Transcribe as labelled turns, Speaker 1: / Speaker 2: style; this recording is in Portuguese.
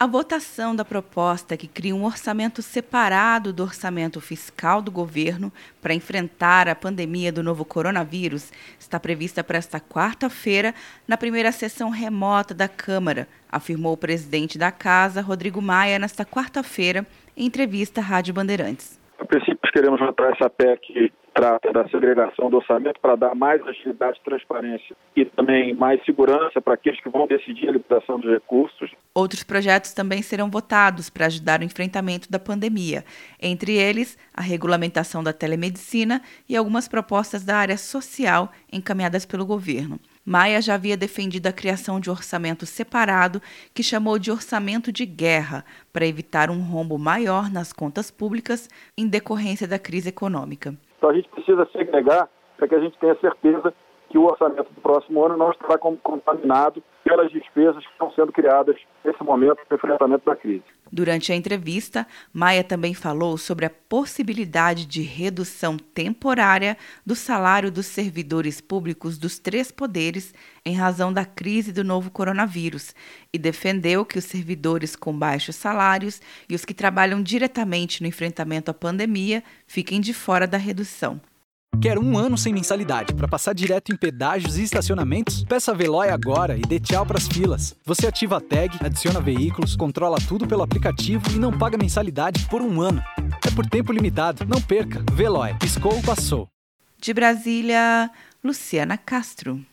Speaker 1: A votação da proposta que cria um orçamento separado do orçamento fiscal do governo para enfrentar a pandemia do novo coronavírus está prevista para esta quarta-feira, na primeira sessão remota da Câmara, afirmou o presidente da Casa, Rodrigo Maia, nesta quarta-feira, em entrevista à Rádio Bandeirantes.
Speaker 2: A princípio, queremos votar essa PEC que trata da segregação do orçamento para dar mais agilidade e transparência e também mais segurança para aqueles que vão decidir a liberação dos recursos.
Speaker 1: Outros projetos também serão votados para ajudar no enfrentamento da pandemia, entre eles a regulamentação da telemedicina e algumas propostas da área social encaminhadas pelo governo. Maia já havia defendido a criação de orçamento separado, que chamou de orçamento de guerra, para evitar um rombo maior nas contas públicas em decorrência da crise econômica.
Speaker 2: Então a gente precisa segregar para que a gente tenha certeza que o orçamento do próximo ano não estará contaminado pelas despesas que estão sendo criadas nesse momento do enfrentamento da crise.
Speaker 1: Durante a entrevista, Maia também falou sobre a possibilidade de redução temporária do salário dos servidores públicos dos 3 poderes em razão da crise do novo coronavírus e defendeu que os servidores com baixos salários e os que trabalham diretamente no enfrentamento à pandemia fiquem de fora da redução.
Speaker 3: Quer um ano sem mensalidade para passar direto em pedágios e estacionamentos? Peça a Veloy agora e dê tchau para as filas. Você ativa a tag, adiciona veículos, controla tudo pelo aplicativo e não paga mensalidade por um ano. É por tempo limitado. Não perca. Veloy. Piscou, passou.
Speaker 1: De Brasília, Luciana Castro.